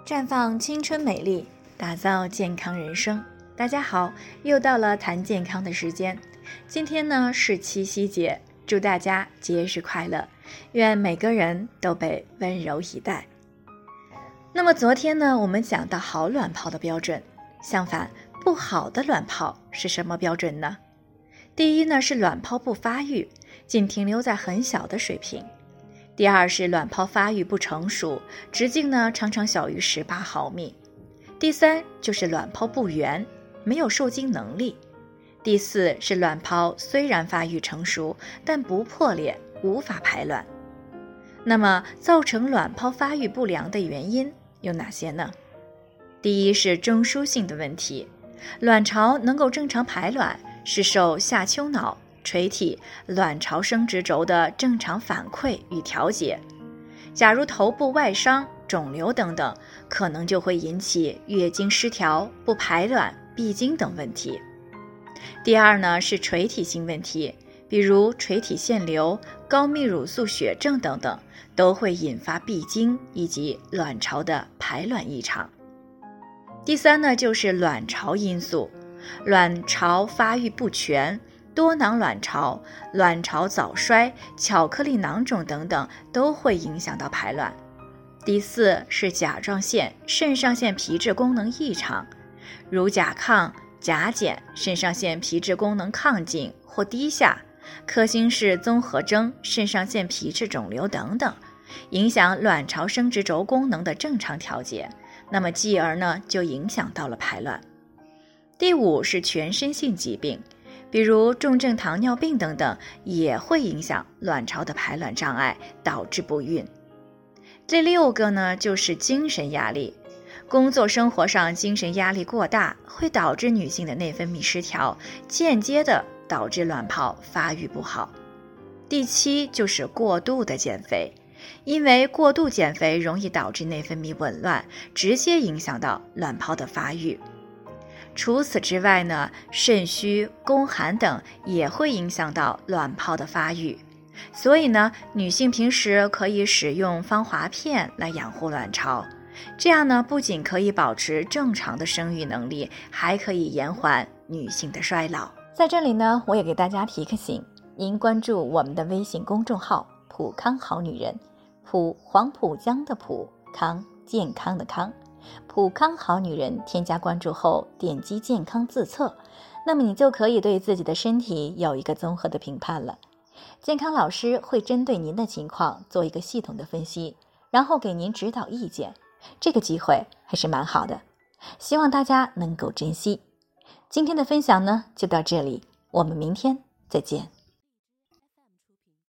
绽放青春美丽，打造健康人生。大家好，又到了谈健康的时间。今天呢是七夕节，祝大家节日快乐，愿每个人都被温柔以待。那么昨天呢，我们讲到好卵泡的标准，相反，不好的卵泡是什么标准呢？第一呢是卵泡不发育，仅停留在很小的水平。第二是卵泡发育不成熟，直径呢常常小于18毫米。第三就是卵泡不圆，没有受精能力。第四是卵泡虽然发育成熟，但不破裂，无法排卵。那么造成卵泡发育不良的原因有哪些呢？第一是中枢性的问题，卵巢能够正常排卵是受下丘脑、垂体、卵巢生殖轴的正常反馈与调节。假如头部外伤、肿瘤等等，可能就会引起月经失调、不排卵、闭经等问题。第二呢是垂体性问题，比如垂体腺瘤、高泌乳素血症等等，都会引发闭经以及卵巢的排卵异常。第三呢就是卵巢因素，卵巢发育不全、多囊卵巢、卵巢早衰、巧克力囊肿等等都会影响到排卵。第四是甲状腺、肾上腺皮质功能异常，如甲亢、甲减、肾上腺皮质功能亢进或低下、科兴氏综合征、肾上腺皮质肿瘤等等，影响卵巢生殖轴功能的正常调节，那么继而呢就影响到了排卵。第五是全身性疾病，比如重症糖尿病等等，也会影响卵巢的排卵障碍，导致不孕。第六个呢就是精神压力，工作生活上精神压力过大，会导致女性的内分泌失调，间接的导致卵泡发育不好。第七就是过度的减肥，因为过度减肥容易导致内分泌紊乱，直接影响到卵泡的发育。除此之外呢，肾虚、宫寒等也会影响到卵泡的发育。所以呢，女性平时可以使用芳华片来养护卵巢，这样呢，不仅可以保持正常的生育能力，还可以延缓女性的衰老。在这里呢，我也给大家提个醒，您关注我们的微信公众号普康好女人，普黄浦江的普，康健康的康，普康好女人，添加关注后点击健康自测，那么你就可以对自己的身体有一个综合的评判了。健康老师会针对您的情况做一个系统的分析，然后给您指导意见，这个机会还是蛮好的，希望大家能够珍惜。今天的分享呢就到这里，我们明天再见。